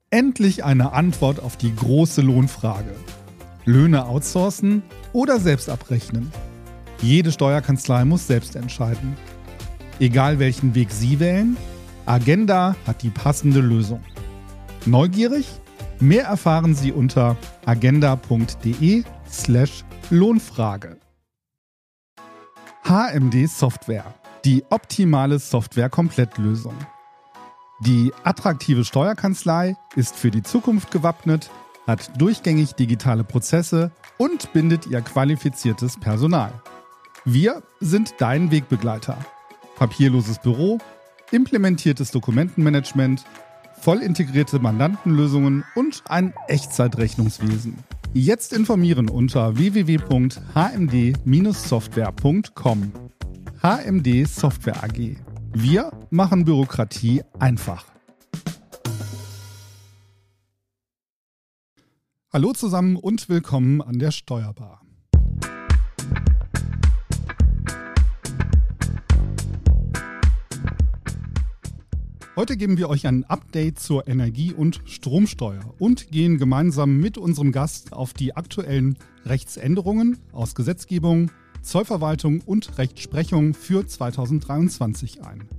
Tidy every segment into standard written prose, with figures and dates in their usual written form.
Endlich eine Antwort auf die große Lohnfrage. Löhne outsourcen oder selbst abrechnen? Jede Steuerkanzlei muss selbst entscheiden. Egal welchen Weg Sie wählen, Agenda hat die passende Lösung. Neugierig? Mehr erfahren Sie unter agenda.de/Lohnfrage. HMD Software, die optimale Software-Komplettlösung. Die attraktive Steuerkanzlei ist für die Zukunft gewappnet, hat durchgängig digitale Prozesse und bindet ihr qualifiziertes Personal. Wir sind dein Wegbegleiter. Papierloses Büro, implementiertes Dokumentenmanagement, voll integrierte Mandantenlösungen und ein Echtzeitrechnungswesen. Jetzt informieren unter www.hmd-software.com. HMD Software AG. Wir machen Bürokratie einfach. Hallo zusammen und willkommen an der Steuerbar. Heute geben wir euch ein Update zur Energie- und Stromsteuer und gehen gemeinsam mit unserem Gast auf die aktuellen Rechtsänderungen aus Gesetzgebung, Zollverwaltung und Rechtsprechung für 2023 ein.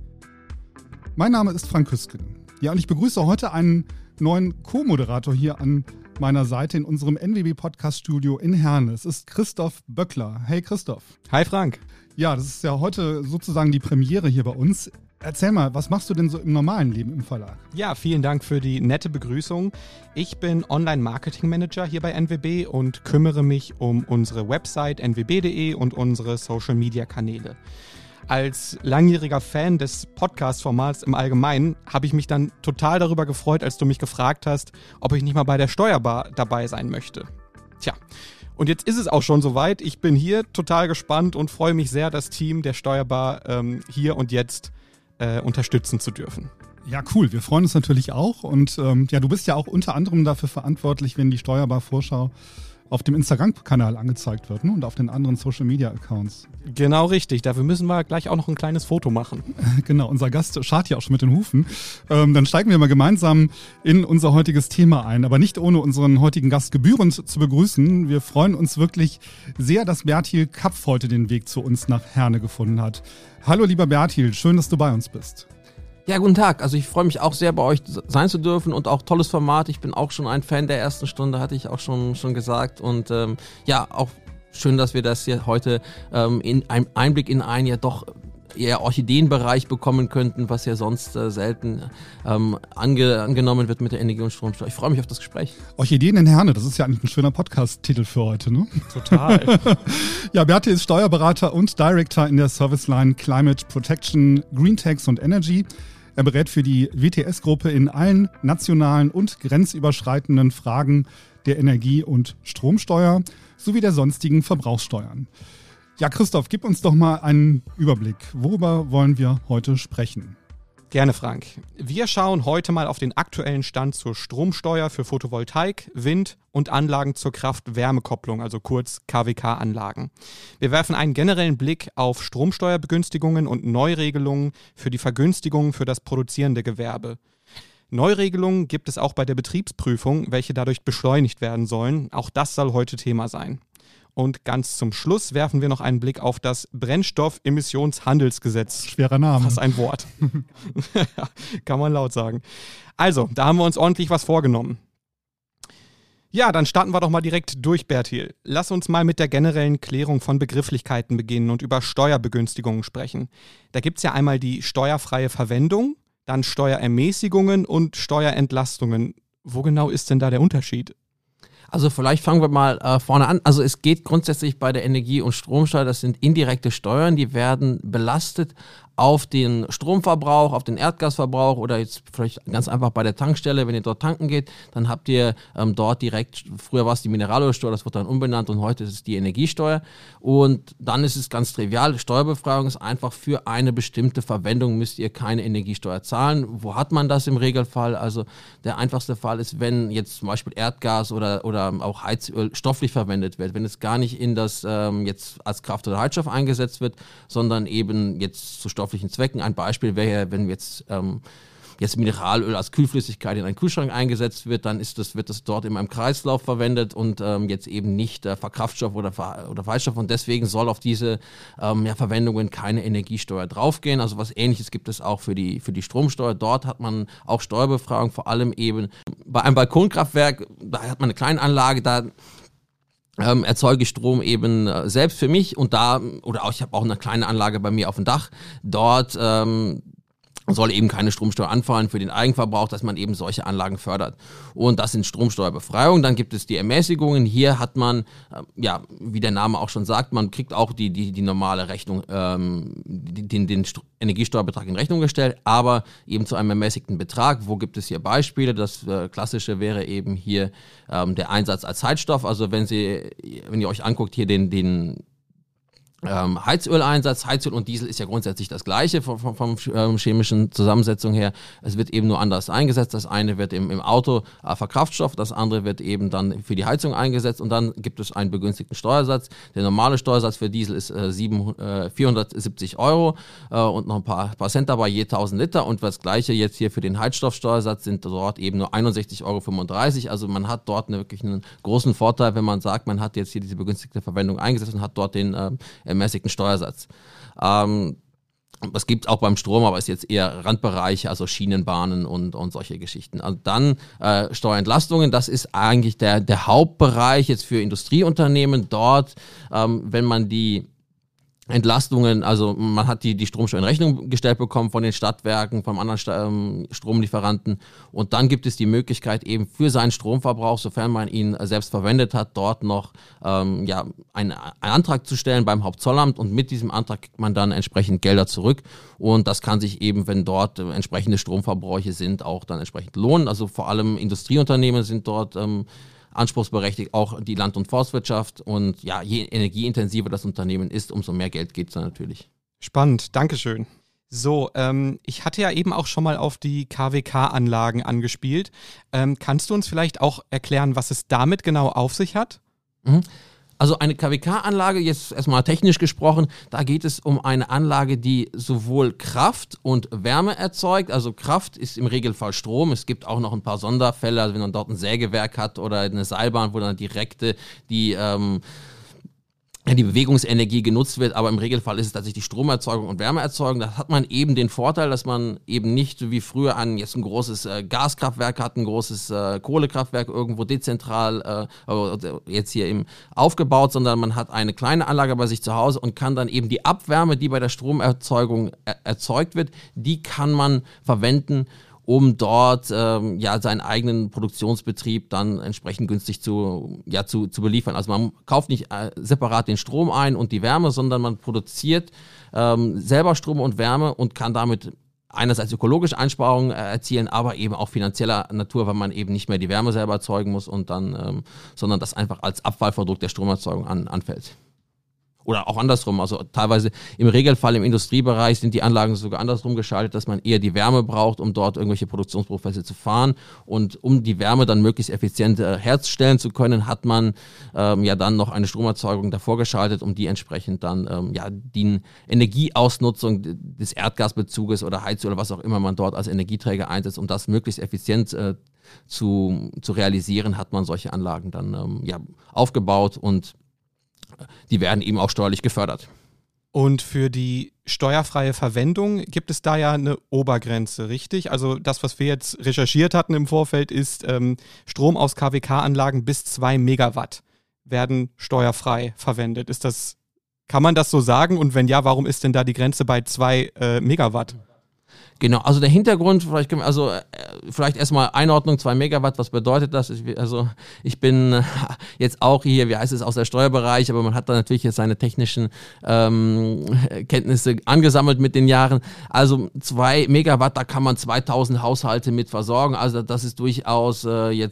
Mein Name ist Frank Küsken. Ja, und ich begrüße heute einen neuen Co-Moderator hier an meiner Seite in unserem NWB-Podcast-Studio in Herne. Es ist Christoph Böckler. Hey Christoph. Hi Frank. Ja, das ist ja heute sozusagen die Premiere hier bei uns. Erzähl mal, was machst du denn so im normalen Leben im Verlag? Ja, vielen Dank für die nette Begrüßung. Ich bin Online-Marketing-Manager hier bei NWB und kümmere mich um unsere Website nwb.de und unsere Social-Media-Kanäle. Als langjähriger Fan des Podcast-Formats im Allgemeinen habe ich mich dann total darüber gefreut, als du mich gefragt hast, ob ich nicht mal bei der Steuerbar dabei sein möchte. Tja, und jetzt ist es auch schon soweit. Ich bin hier total gespannt und freue mich sehr, das Team der Steuerbar hier und jetzt unterstützen zu dürfen. Ja, cool. Wir freuen uns natürlich auch. Und du bist ja auch unter anderem dafür verantwortlich, wenn die Steuerbar-Vorschau auf dem Instagram-Kanal angezeigt wird, ne? Und auf den anderen Social-Media-Accounts. Genau richtig. Dafür müssen wir gleich auch noch ein kleines Foto machen. Genau, unser Gast scharrt ja auch schon mit den Hufen. Dann steigen wir mal gemeinsam in unser heutiges Thema ein, aber nicht ohne unseren heutigen Gast gebührend zu begrüßen. Wir freuen uns wirklich sehr, dass Bertil Kapf heute den Weg zu uns nach Herne gefunden hat. Hallo lieber Bertil, schön, dass du bei uns bist. Ja, guten Tag. Also ich freue mich auch sehr, bei euch sein zu dürfen und auch tolles Format. Ich bin auch schon ein Fan der ersten Stunde, hatte ich auch schon gesagt. Und auch schön, dass wir das hier heute in einem Einblick in einen ja doch eher Orchideenbereich bekommen könnten, was ja sonst selten angenommen wird mit der Energie- und Stromsteuer. Ich freue mich auf das Gespräch. Orchideen in Herne, das ist ja eigentlich ein schöner Podcast-Titel für heute, ne? Total. Ja, Bertil ist Steuerberater und Director in der Serviceline Climate Protection, Green Tax und Energy. Er berät für die WTS-Gruppe in allen nationalen und grenzüberschreitenden Fragen der Energie- und Stromsteuer sowie der sonstigen Verbrauchssteuern. Ja, Christoph, gib uns doch mal einen Überblick. Worüber wollen wir heute sprechen? Gerne, Frank. Wir schauen heute mal auf den aktuellen Stand zur Stromsteuer für Photovoltaik, Wind und Anlagen zur Kraft-Wärme-Kopplung, also kurz KWK-Anlagen. Wir werfen einen generellen Blick auf Stromsteuerbegünstigungen und Neuregelungen für die Vergünstigungen für das produzierende Gewerbe. Neuregelungen gibt es auch bei der Betriebsprüfung, welche dadurch beschleunigt werden sollen. Auch das soll heute Thema sein. Und ganz zum Schluss werfen wir noch einen Blick auf das Brennstoffemissionshandelsgesetz. Schwerer Name. Was ein Wort. Kann man laut sagen. Also, da haben wir uns ordentlich was vorgenommen. Ja, dann starten wir doch mal direkt durch, Bertil. Lass uns mal mit der generellen Klärung von Begrifflichkeiten beginnen und über Steuerbegünstigungen sprechen. Da gibt es ja einmal die steuerfreie Verwendung, dann Steuerermäßigungen und Steuerentlastungen. Wo genau ist denn da der Unterschied? Also vielleicht fangen wir mal vorne an. Also es geht grundsätzlich bei der Energie- und Stromsteuer, das sind indirekte Steuern, die werden belastet auf den Stromverbrauch, auf den Erdgasverbrauch oder jetzt vielleicht ganz einfach bei der Tankstelle, wenn ihr dort tanken geht, dann habt ihr dort direkt, früher war es die Mineralölsteuer, das wird dann umbenannt und heute ist es die Energiesteuer und dann ist es ganz trivial, Steuerbefreiung ist einfach für eine bestimmte Verwendung müsst ihr keine Energiesteuer zahlen. Wo hat man das im Regelfall? Also der einfachste Fall ist, wenn jetzt zum Beispiel Erdgas oder auch Heizöl stofflich verwendet wird, wenn es gar nicht in das jetzt als Kraft- oder Heizstoff eingesetzt wird, sondern eben jetzt zu stofflichen Zwecken. Ein Beispiel wäre, wenn wir jetzt jetzt Mineralöl als Kühlflüssigkeit in einen Kühlschrank eingesetzt wird, dann wird das dort in einem Kreislauf verwendet und jetzt eben nicht Verkraftstoff oder Feinstaub, und deswegen soll auf diese Verwendungen keine Energiesteuer draufgehen. Also was Ähnliches gibt es auch für die Stromsteuer. Dort hat man auch Steuerbefreiung, vor allem eben bei einem Balkonkraftwerk, da hat man eine kleine Anlage, da erzeuge ich Strom eben selbst für mich ich habe auch eine kleine Anlage bei mir auf dem Dach. Dort soll eben keine Stromsteuer anfallen für den Eigenverbrauch, dass man eben solche Anlagen fördert. Und das sind Stromsteuerbefreiungen. Dann gibt es die Ermäßigungen. Hier hat man, wie der Name auch schon sagt, man kriegt auch die normale Rechnung, den Energiesteuerbetrag in Rechnung gestellt, aber eben zu einem ermäßigten Betrag. Wo gibt es hier Beispiele? Das Klassische wäre eben hier der Einsatz als Heizstoff. Also wenn ihr euch anguckt, hier den Heizöleinsatz. Heizöl und Diesel ist ja grundsätzlich das gleiche vom chemischen Zusammensetzung her. Es wird eben nur anders eingesetzt. Das eine wird im Auto Verkraftstoff, das andere wird eben dann für die Heizung eingesetzt, und dann gibt es einen begünstigten Steuersatz. Der normale Steuersatz für Diesel ist 470 € und noch ein paar Cent dabei je 1000 Liter, und das gleiche jetzt hier für den Heizstoffsteuersatz sind dort eben nur 61,35 €. Also man hat dort wirklich einen großen Vorteil, wenn man sagt, man hat jetzt hier diese begünstigte Verwendung eingesetzt und hat dort den ermäßigten Steuersatz. Das gibt es auch beim Strom, aber ist jetzt eher Randbereiche, also Schienenbahnen und solche Geschichten. Und dann Steuerentlastungen, das ist eigentlich der Hauptbereich jetzt für Industrieunternehmen. Dort, wenn man die Entlastungen, also man hat die Stromsteuer in Rechnung gestellt bekommen von den Stadtwerken, vom anderen Stromlieferanten, und dann gibt es die Möglichkeit eben für seinen Stromverbrauch, sofern man ihn selbst verwendet hat, dort noch einen Antrag zu stellen beim Hauptzollamt, und mit diesem Antrag kriegt man dann entsprechend Gelder zurück, und das kann sich eben, wenn dort entsprechende Stromverbräuche sind, auch dann entsprechend lohnen. Also vor allem Industrieunternehmen sind dort anspruchsberechtigt, auch die Land- und Forstwirtschaft, und je energieintensiver das Unternehmen ist, umso mehr Geld geht es dann natürlich. Spannend, Dankeschön. So, ich hatte ja eben auch schon mal auf die KWK-Anlagen angespielt. Kannst du uns vielleicht auch erklären, was es damit genau auf sich hat? Also eine KWK-Anlage, jetzt erstmal technisch gesprochen, da geht es um eine Anlage, die sowohl Kraft und Wärme erzeugt. Also Kraft ist im Regelfall Strom. Es gibt auch noch ein paar Sonderfälle, also wenn man dort ein Sägewerk hat oder eine Seilbahn, wo dann direkte die Bewegungsenergie genutzt wird, aber im Regelfall ist es tatsächlich Stromerzeugung und Wärmeerzeugung. Da hat man eben den Vorteil, dass man eben nicht wie früher jetzt ein großes Gaskraftwerk hat, ein großes Kohlekraftwerk irgendwo dezentral jetzt hier eben aufgebaut, sondern man hat eine kleine Anlage bei sich zu Hause und kann dann eben die Abwärme, die bei der Stromerzeugung erzeugt wird, die kann man verwenden, um dort seinen eigenen Produktionsbetrieb dann entsprechend günstig zu beliefern. Also man kauft nicht separat den Strom ein und die Wärme, sondern man produziert selber Strom und Wärme und kann damit einerseits ökologische Einsparungen erzielen, aber eben auch finanzieller Natur, weil man eben nicht mehr die Wärme selber erzeugen muss und dann, sondern das einfach als Abfallprodukt der Stromerzeugung anfällt. Oder auch andersrum, also teilweise im Regelfall im Industriebereich sind die Anlagen sogar andersrum geschaltet, dass man eher die Wärme braucht, um dort irgendwelche Produktionsprozesse zu fahren, und um die Wärme dann möglichst effizient herzustellen zu können, hat man dann noch eine Stromerzeugung davor geschaltet, um die entsprechend dann die Energieausnutzung des Erdgasbezuges oder Heizöl oder was auch immer man dort als Energieträger einsetzt, um das möglichst effizient zu realisieren, hat man solche Anlagen dann aufgebaut, und die werden eben auch steuerlich gefördert. Und für die steuerfreie Verwendung gibt es da ja eine Obergrenze, richtig? Also das, was wir jetzt recherchiert hatten im Vorfeld, ist Strom aus KWK-Anlagen bis 2 Megawatt werden steuerfrei verwendet. Kann man das so sagen? Und wenn ja, warum ist denn da die Grenze bei 2 Megawatt? Genau, also der Hintergrund, vielleicht erstmal Einordnung, 2 Megawatt, was bedeutet das? Ich bin jetzt auch hier, aus der Steuerbereich, aber man hat da natürlich jetzt seine technischen Kenntnisse angesammelt mit den Jahren. Also 2 Megawatt, da kann man 2000 Haushalte mit versorgen, also das ist durchaus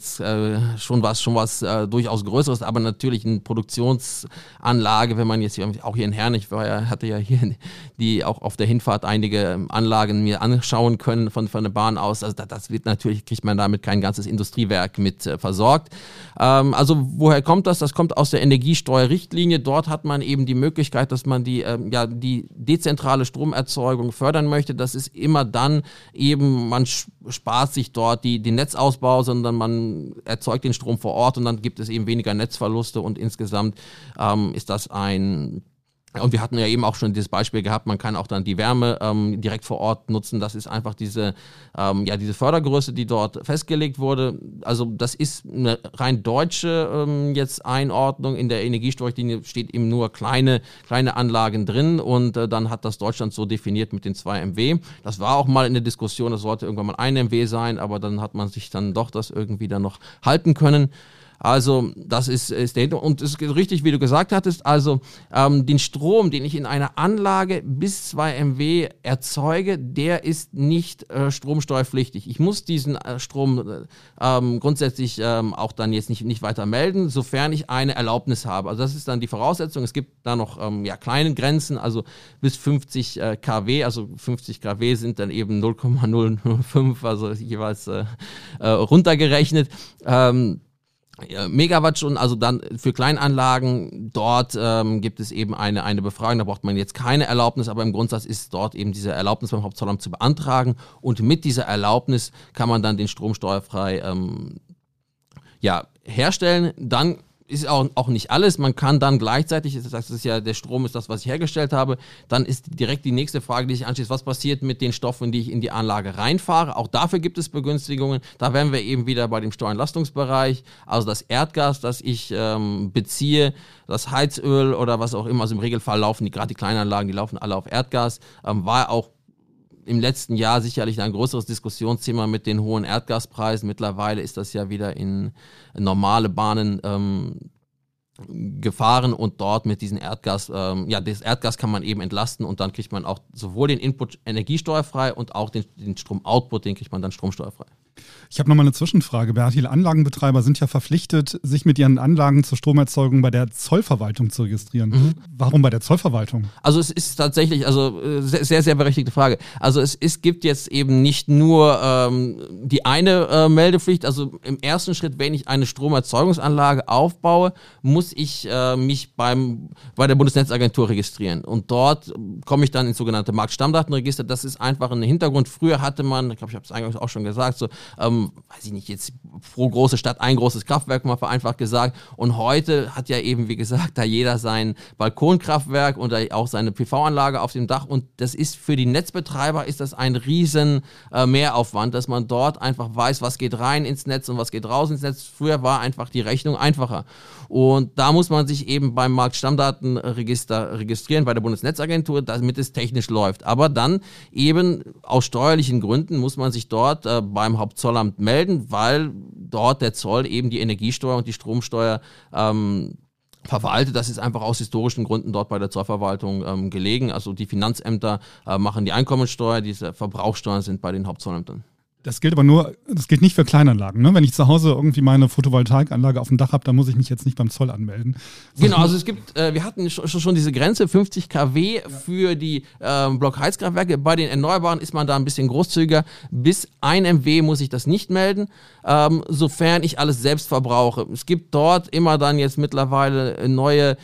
schon was durchaus Größeres, aber natürlich eine Produktionsanlage, wenn man jetzt auch hier in Herne, hatte ja hier die auch auf der Hinfahrt einige Anlagen mir angeschaut, reinschauen können von der Bahn aus. Also das wird natürlich, kriegt man damit kein ganzes Industriewerk mit versorgt. Also woher kommt das? Das kommt aus der Energiesteuerrichtlinie. Dort hat man eben die Möglichkeit, dass man die dezentrale Stromerzeugung fördern möchte. Das ist immer dann eben, man spart sich dort den Netzausbau, sondern man erzeugt den Strom vor Ort und dann gibt es eben weniger Netzverluste und insgesamt ist das und wir hatten ja eben auch schon dieses Beispiel gehabt, man kann auch dann die Wärme direkt vor Ort nutzen. Das ist einfach diese Fördergröße, die dort festgelegt wurde. Also das ist eine rein deutsche jetzt Einordnung. In der Energiesteuerrichtlinie steht eben nur kleine Anlagen drin und dann hat das Deutschland so definiert mit den 2 MW. Das war auch mal in der Diskussion, das sollte irgendwann mal 1 MW sein, aber dann hat man sich dann doch das irgendwie dann noch halten können. Also das ist der, und es ist richtig, wie du gesagt hattest, also den Strom, den ich in einer Anlage bis 2 MW erzeuge, der ist nicht stromsteuerpflichtig. Ich muss diesen Strom grundsätzlich auch dann jetzt nicht weiter melden, sofern ich eine Erlaubnis habe. Also das ist dann die Voraussetzung. Es gibt da noch kleine Grenzen, also bis 50 kW, also 50 kW sind dann eben 0,005, also jeweils runtergerechnet. Megawattstunden, also dann für Kleinanlagen, dort gibt es eben eine Befragung, da braucht man jetzt keine Erlaubnis, aber im Grundsatz ist dort eben diese Erlaubnis beim Hauptzollamt zu beantragen und mit dieser Erlaubnis kann man dann den Strom steuerfrei herstellen. Dann ist auch nicht alles, man kann dann gleichzeitig, das ist ja, der Strom ist das, was ich hergestellt habe, dann ist direkt die nächste Frage, die sich anschließt, was passiert mit den Stoffen, die ich in die Anlage reinfahre? Auch dafür gibt es Begünstigungen, da wären wir eben wieder bei dem Steuerentlastungsbereich, also das Erdgas, das ich beziehe, das Heizöl oder was auch immer, also im Regelfall laufen gerade die Kleinanlagen, die laufen alle auf Erdgas, war auch im letzten Jahr sicherlich ein größeres Diskussionsthema mit den hohen Erdgaspreisen. Mittlerweile ist das ja wieder in normale Bahnen gefahren und dort mit diesem Erdgas, das Erdgas kann man eben entlasten und dann kriegt man auch sowohl den Input energiesteuerfrei und auch den Stromoutput, den kriegt man dann stromsteuerfrei. Ich habe nochmal eine Zwischenfrage. Bertil, Anlagenbetreiber sind ja verpflichtet, sich mit ihren Anlagen zur Stromerzeugung bei der Zollverwaltung zu registrieren. Mhm. Warum bei der Zollverwaltung? Also es ist tatsächlich, sehr, sehr berechtigte Frage. Also es gibt jetzt eben nicht nur die eine Meldepflicht, also im ersten Schritt, wenn ich eine Stromerzeugungsanlage aufbaue, muss ich mich bei der Bundesnetzagentur registrieren. Und dort komme ich dann ins sogenannte Marktstammdatenregister. Das ist einfach ein Hintergrund. Früher hatte man, ich glaube, ich habe es eingangs auch schon gesagt, so weiß ich nicht, jetzt pro große Stadt ein großes Kraftwerk, mal vereinfacht gesagt. Und heute hat ja eben, wie gesagt, da jeder sein Balkonkraftwerk und auch seine PV-Anlage auf dem Dach. Und das ist für die Netzbetreiber ist das ein riesen Mehraufwand, dass man dort einfach weiß, was geht rein ins Netz und was geht raus ins Netz. Früher war einfach die Rechnung einfacher. Und da muss man sich eben beim Marktstammdatenregister registrieren, bei der Bundesnetzagentur, damit es technisch läuft. Aber dann eben aus steuerlichen Gründen muss man sich dort beim Hauptzollamt melden, weil dort der Zoll eben die Energiesteuer und die Stromsteuer verwaltet. Das ist einfach aus historischen Gründen dort bei der Zollverwaltung gelegen. Also die Finanzämter machen die Einkommensteuer, diese Verbrauchssteuern sind bei den Hauptzollämtern. Das gilt nicht für Kleinanlagen. Ne? Wenn ich zu Hause irgendwie meine Photovoltaikanlage auf dem Dach habe, dann muss ich mich jetzt nicht beim Zoll anmelden. Genau, also es gibt, wir hatten schon diese Grenze, 50 kW für die Blockheizkraftwerke. Bei den Erneuerbaren ist man da ein bisschen großzügiger. Bis 1 MW muss ich das nicht melden, sofern ich alles selbst verbrauche. Es gibt dort immer dann jetzt mittlerweile neue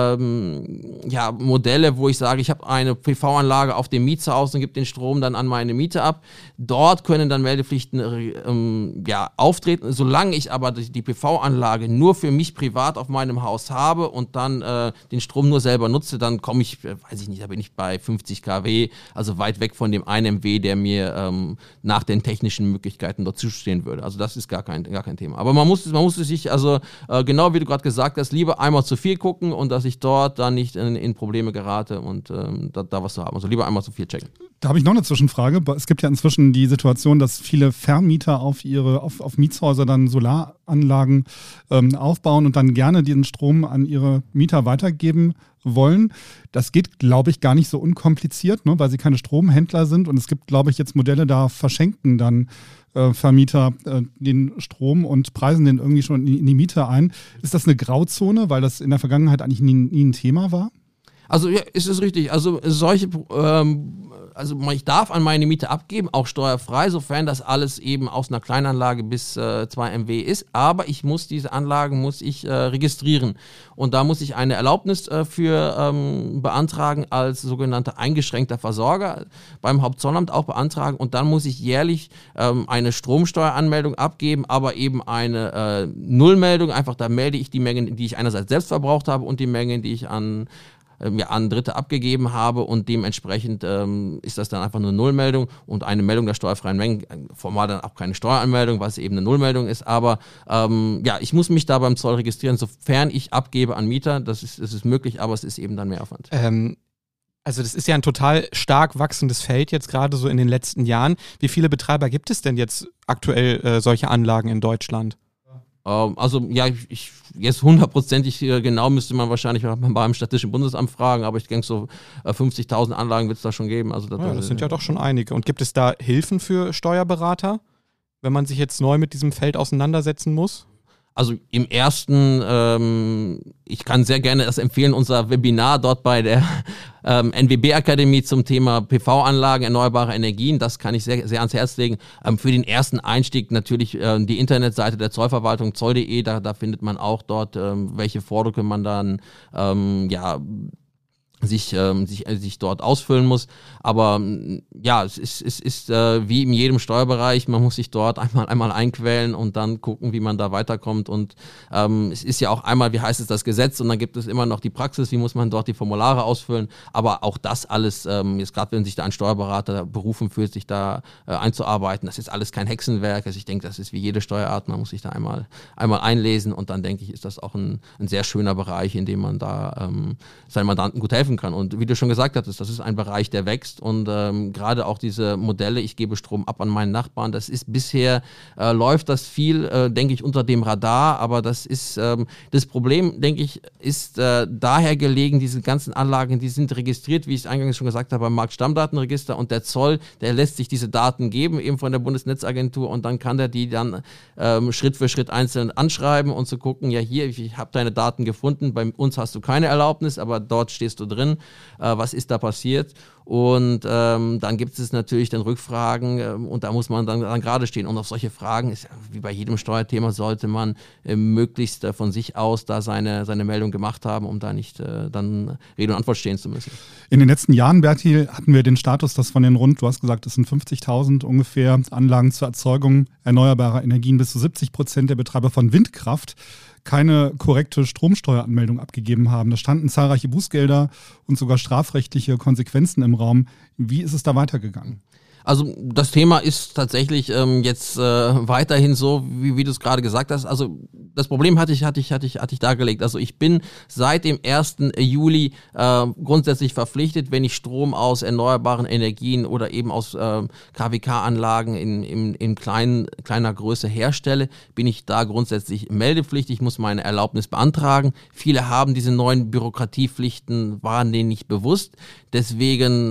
Modelle, wo ich sage, ich habe eine PV-Anlage auf dem Mietshaus und gebe den Strom dann an meine Miete ab. Dort können dann Meldepflichten auftreten. Solange ich aber die PV-Anlage nur für mich privat auf meinem Haus habe und dann den Strom nur selber nutze, dann komme ich, weiß ich nicht, da bin ich bei 50 kW, also weit weg von dem 1 MW, der mir nach den technischen Möglichkeiten dort zustehen würde. Also das ist gar kein Thema. Aber man muss sich, also genau wie du gerade gesagt hast, lieber einmal zu viel gucken und dass ich dort dann nicht in Probleme gerate und da was zu haben. Also lieber einmal zu viel checken. Da habe ich noch eine Zwischenfrage. Es gibt ja inzwischen die Situation, dass viele Vermieter auf Mietshäuser dann Solaranlagen aufbauen und dann gerne diesen Strom an ihre Mieter weitergeben wollen. Das geht, glaube ich, gar nicht so unkompliziert, ne, weil sie keine Stromhändler sind. Und es gibt, glaube ich, jetzt Modelle, da verschenken dann Vermieter den Strom und preisen den irgendwie schon in die Miete ein. Ist das eine Grauzone, weil das in der Vergangenheit eigentlich nie ein Thema war? Also ja, ist es richtig. Also solche, ich darf an meine Miete abgeben, auch steuerfrei, sofern das alles eben aus einer Kleinanlage bis 2 MW ist. Aber ich muss diese Anlagen registrieren. Und da muss ich eine Erlaubnis für beantragen als sogenannter eingeschränkter Versorger, beim Hauptzollamt auch beantragen. Und dann muss ich jährlich eine Stromsteueranmeldung abgeben, aber eben eine Nullmeldung. Einfach da melde ich die Mengen, die ich einerseits selbst verbraucht habe und die Mengen, die ich an Dritte abgegeben habe, und dementsprechend ist das dann einfach eine Nullmeldung und eine Meldung der steuerfreien Mengen, formal dann auch keine Steueranmeldung, weil es eben eine Nullmeldung ist, aber ich muss mich da beim Zoll registrieren, sofern ich abgebe an Mieter, das ist möglich, aber es ist eben dann Mehraufwand. Also das ist ja ein total stark wachsendes Feld jetzt gerade so in den letzten Jahren. Wie viele Betreiber gibt es denn jetzt aktuell solche Anlagen in Deutschland? Jetzt 100%ig genau müsste man wahrscheinlich beim Statistischen Bundesamt fragen, aber ich denke so 50.000 Anlagen wird es da schon geben. Also das sind ja doch schon einige. Und gibt es da Hilfen für Steuerberater, wenn man sich jetzt neu mit diesem Feld auseinandersetzen muss? Also im ersten, ich kann sehr gerne das empfehlen, unser Webinar dort bei der NWB-Akademie zum Thema PV-Anlagen, erneuerbare Energien, das kann ich sehr, sehr ans Herz legen. Für den ersten Einstieg natürlich die Internetseite der Zollverwaltung, zoll.de, da findet man auch dort, welche Forderungen man dann sich dort ausfüllen muss. Aber es ist wie in jedem Steuerbereich, man muss sich dort einmal einquälen und dann gucken, wie man da weiterkommt. Und es ist ja auch einmal, wie heißt es, das Gesetz, und dann gibt es immer noch die Praxis, wie muss man dort die Formulare ausfüllen. Aber auch das alles, jetzt gerade wenn sich da ein Steuerberater berufen fühlt, sich da einzuarbeiten, das ist alles kein Hexenwerk. Also ich denke, das ist wie jede Steuerart, man muss sich da einmal einlesen, und dann denke ich, ist das auch ein sehr schöner Bereich, in dem man da seinen Mandanten gut helfen kann. Und wie du schon gesagt hattest, das ist ein Bereich, der wächst, und gerade auch diese Modelle, ich gebe Strom ab an meinen Nachbarn, das ist bisher, läuft das viel, denke ich, unter dem Radar, aber das ist, das Problem, denke ich, ist daher gelegen, diese ganzen Anlagen, die sind registriert, wie ich es eingangs schon gesagt habe, beim Marktstammdatenregister, und der Zoll, der lässt sich diese Daten geben, eben von der Bundesnetzagentur, und dann kann der die dann Schritt für Schritt einzeln anschreiben und zu gucken, ja hier, ich habe deine Daten gefunden, bei uns hast du keine Erlaubnis, aber dort stehst du drin. Was ist da passiert? Und dann gibt es natürlich dann Rückfragen, und da muss man dann gerade stehen. Und auf solche Fragen, ist wie bei jedem Steuerthema, sollte man möglichst von sich aus da seine Meldung gemacht haben, um da nicht dann Rede und Antwort stehen zu müssen. In den letzten Jahren, Bertil, hatten wir den Status, dass von den du hast gesagt, es sind 50.000 ungefähr Anlagen zur Erzeugung erneuerbarer Energien, bis zu 70% der Betreiber von Windkraft keine korrekte Stromsteueranmeldung abgegeben haben. Da standen zahlreiche Bußgelder und sogar strafrechtliche Konsequenzen im Raum. Wie ist es da weitergegangen? Also das Thema ist tatsächlich jetzt weiterhin so, wie du es gerade gesagt hast. Also das Problem hatte ich dargelegt. Also ich bin seit dem 1. Juli grundsätzlich verpflichtet, wenn ich Strom aus erneuerbaren Energien oder eben aus KWK-Anlagen in kleiner Größe herstelle, bin ich da grundsätzlich meldepflichtig. Ich muss meine Erlaubnis beantragen. Viele haben diese neuen Bürokratiepflichten, waren denen nicht bewusst. Deswegen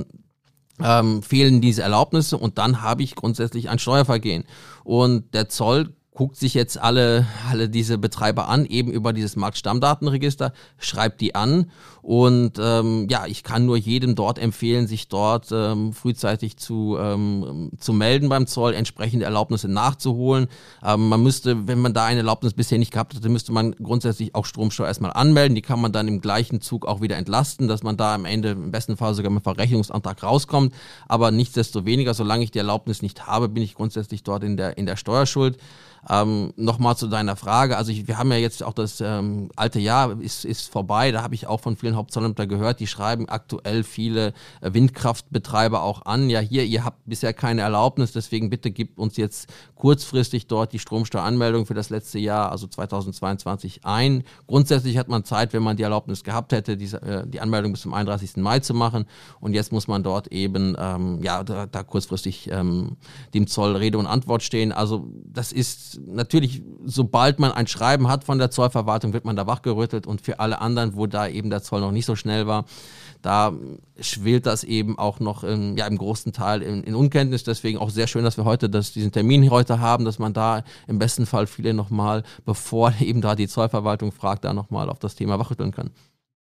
fehlen diese Erlaubnisse, und dann habe ich grundsätzlich ein Steuervergehen. Und der Zoll guckt sich jetzt alle diese Betreiber an, eben über dieses Marktstammdatenregister, schreibt die an, und ich kann nur jedem dort empfehlen, sich dort frühzeitig zu melden beim Zoll, entsprechende Erlaubnisse nachzuholen. Man müsste, wenn man da eine Erlaubnis bisher nicht gehabt hatte, müsste man grundsätzlich auch Stromsteuer erstmal anmelden. Die kann man dann im gleichen Zug auch wieder entlasten, dass man da am Ende im besten Fall sogar mit Verrechnungsantrag rauskommt. Aber nichtsdestoweniger, solange ich die Erlaubnis nicht habe, bin ich grundsätzlich dort in der Steuerschuld. Nochmal zu deiner Frage, also wir haben ja jetzt auch das alte Jahr ist vorbei, da habe ich auch von vielen Hauptzollämtern gehört, die schreiben aktuell viele Windkraftbetreiber auch an, ja hier, ihr habt bisher keine Erlaubnis, deswegen bitte gebt uns jetzt kurzfristig dort die Stromsteueranmeldung für das letzte Jahr, also 2022 ein. Grundsätzlich hat man Zeit, wenn man die Erlaubnis gehabt hätte, die Anmeldung bis zum 31. Mai zu machen, und jetzt muss man dort eben da kurzfristig dem Zoll Rede und Antwort stehen. Also das ist natürlich, sobald man ein Schreiben hat von der Zollverwaltung, wird man da wachgerüttelt, und für alle anderen, wo da eben der Zoll noch nicht so schnell war, da schwillt das eben auch noch im großen Teil in Unkenntnis. Deswegen auch sehr schön, dass wir heute diesen Termin heute haben, dass man da im besten Fall viele nochmal, bevor eben da die Zollverwaltung fragt, da nochmal auf das Thema wachrütteln kann.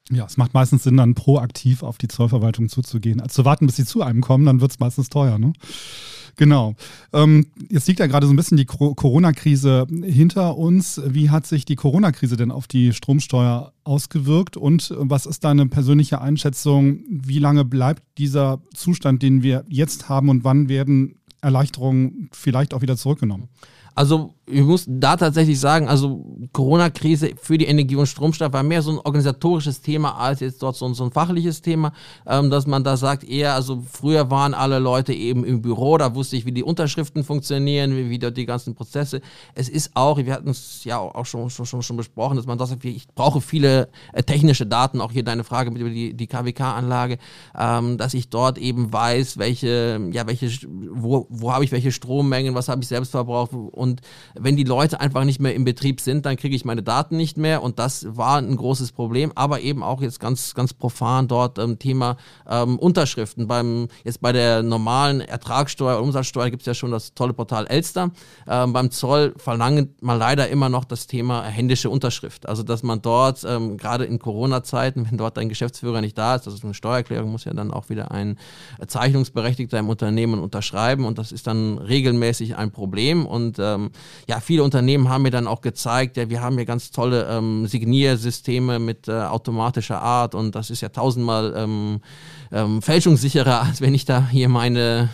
Ja, es macht meistens Sinn, dann proaktiv auf die Zollverwaltung zuzugehen. Als zu warten, bis sie zu einem kommen, dann wird es meistens teuer, ne? Genau. Jetzt liegt ja gerade so ein bisschen die Corona-Krise hinter uns. Wie hat sich die Corona-Krise denn auf die Stromsteuer ausgewirkt? Und was ist deine persönliche Einschätzung? Wie lange bleibt dieser Zustand, den wir jetzt haben, und wann werden Erleichterungen vielleicht auch wieder zurückgenommen? Also ich muss da tatsächlich sagen, also Corona-Krise für die Energie- und Stromsteuer war mehr so ein organisatorisches Thema als jetzt dort so ein fachliches Thema, dass man da sagt eher, also früher waren alle Leute eben im Büro, da wusste ich, wie die Unterschriften funktionieren, wie dort die ganzen Prozesse. Es ist auch, wir hatten es ja auch schon besprochen, dass man da sagt, ich brauche viele technische Daten, auch hier deine Frage mit über die KWK-Anlage, dass ich dort eben weiß, wo habe ich welche Strommengen, was habe ich selbst verbraucht, und wenn die Leute einfach nicht mehr im Betrieb sind, dann kriege ich meine Daten nicht mehr, und das war ein großes Problem, aber eben auch jetzt ganz profan dort Thema Unterschriften. Jetzt bei der normalen Ertragssteuer, Umsatzsteuer gibt es ja schon das tolle Portal Elster. Beim Zoll verlangt man leider immer noch das Thema händische Unterschrift. Also dass man dort, gerade in Corona-Zeiten, wenn dort ein Geschäftsführer nicht da ist, das ist eine Steuererklärung, muss ja dann auch wieder ein Zeichnungsberechtigter im Unternehmen unterschreiben, und das ist dann regelmäßig ein Problem. Und viele Unternehmen haben mir dann auch gezeigt, ja, wir haben hier ganz tolle Signiersysteme mit automatischer Art, und das ist ja tausendmal fälschungssicherer, als wenn ich da hier meine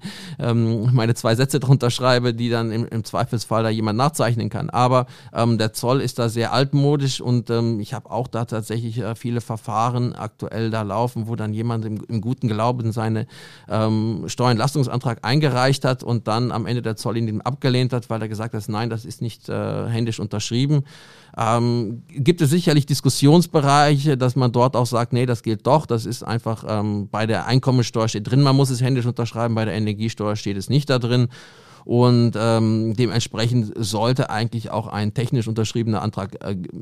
2 Sätze drunter schreibe, die dann im Zweifelsfall da jemand nachzeichnen kann. Aber der Zoll ist da sehr altmodisch, und ich habe auch da tatsächlich viele Verfahren aktuell da laufen, wo dann jemand im guten Glauben seine Steuerentlastungsantrag eingereicht hat und dann am Ende der Zoll ihn abgelehnt hat, weil er gesagt hat, nein, das ist nicht händisch unterschrieben. Gibt es sicherlich Diskussionsbereiche, dass man dort auch sagt, nee, das gilt doch, das ist einfach, bei der Einkommensteuer steht drin, man muss es händisch unterschreiben, bei der Energiesteuer steht es nicht da drin. Und dementsprechend sollte eigentlich auch ein technisch unterschriebener Antrag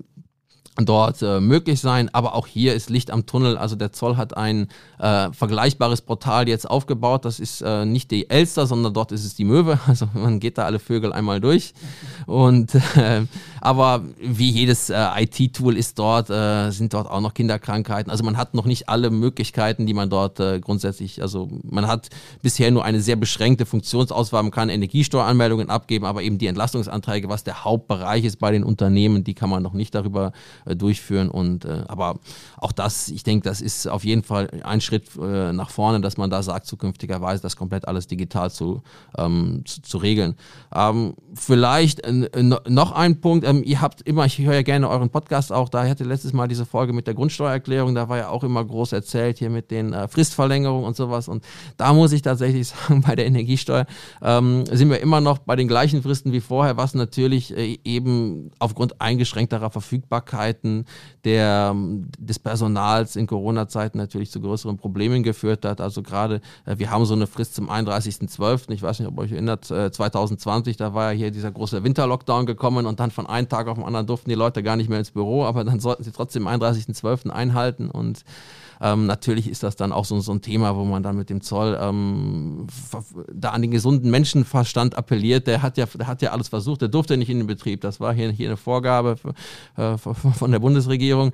dort möglich sein, aber auch hier ist Licht am Tunnel. Also der Zoll hat ein vergleichbares Portal jetzt aufgebaut. Das ist nicht die Elster, sondern dort ist es die Möwe. Also man geht da alle Vögel einmal durch. Und aber wie jedes IT-Tool ist dort, sind dort auch noch Kinderkrankheiten. Also man hat noch nicht alle Möglichkeiten, die man dort grundsätzlich, also man hat bisher nur eine sehr beschränkte Funktionsauswahl. Man kann Energiesteueranmeldungen abgeben, aber eben die Entlastungsanträge, was der Hauptbereich ist bei den Unternehmen, die kann man noch nicht darüber durchführen. Und aber auch das, ich denke, das ist auf jeden Fall ein Schritt nach vorne, dass man da sagt, zukünftigerweise das komplett alles digital zu regeln. Vielleicht noch ein Punkt, ihr habt immer, ich höre ja gerne euren Podcast auch, da hatte letztes Mal diese Folge mit der Grundsteuererklärung, da war ja auch immer groß erzählt hier mit den Fristverlängerungen und sowas, und da muss ich tatsächlich sagen, bei der Energiesteuer sind wir immer noch bei den gleichen Fristen wie vorher, was natürlich eben aufgrund eingeschränkterer Verfügbarkeit des Personals in Corona-Zeiten natürlich zu größeren Problemen geführt hat. Also gerade, wir haben so eine Frist zum 31.12., ich weiß nicht, ob ihr euch erinnert, 2020, da war ja hier dieser große Winterlockdown gekommen, und dann von einem Tag auf den anderen durften die Leute gar nicht mehr ins Büro, aber dann sollten sie trotzdem am 31.12. einhalten, und natürlich ist das dann auch so ein Thema, wo man dann mit dem Zoll da an den gesunden Menschenverstand appelliert. Der hat ja alles versucht, der durfte nicht in den Betrieb. Das war hier eine Vorgabe von der Bundesregierung.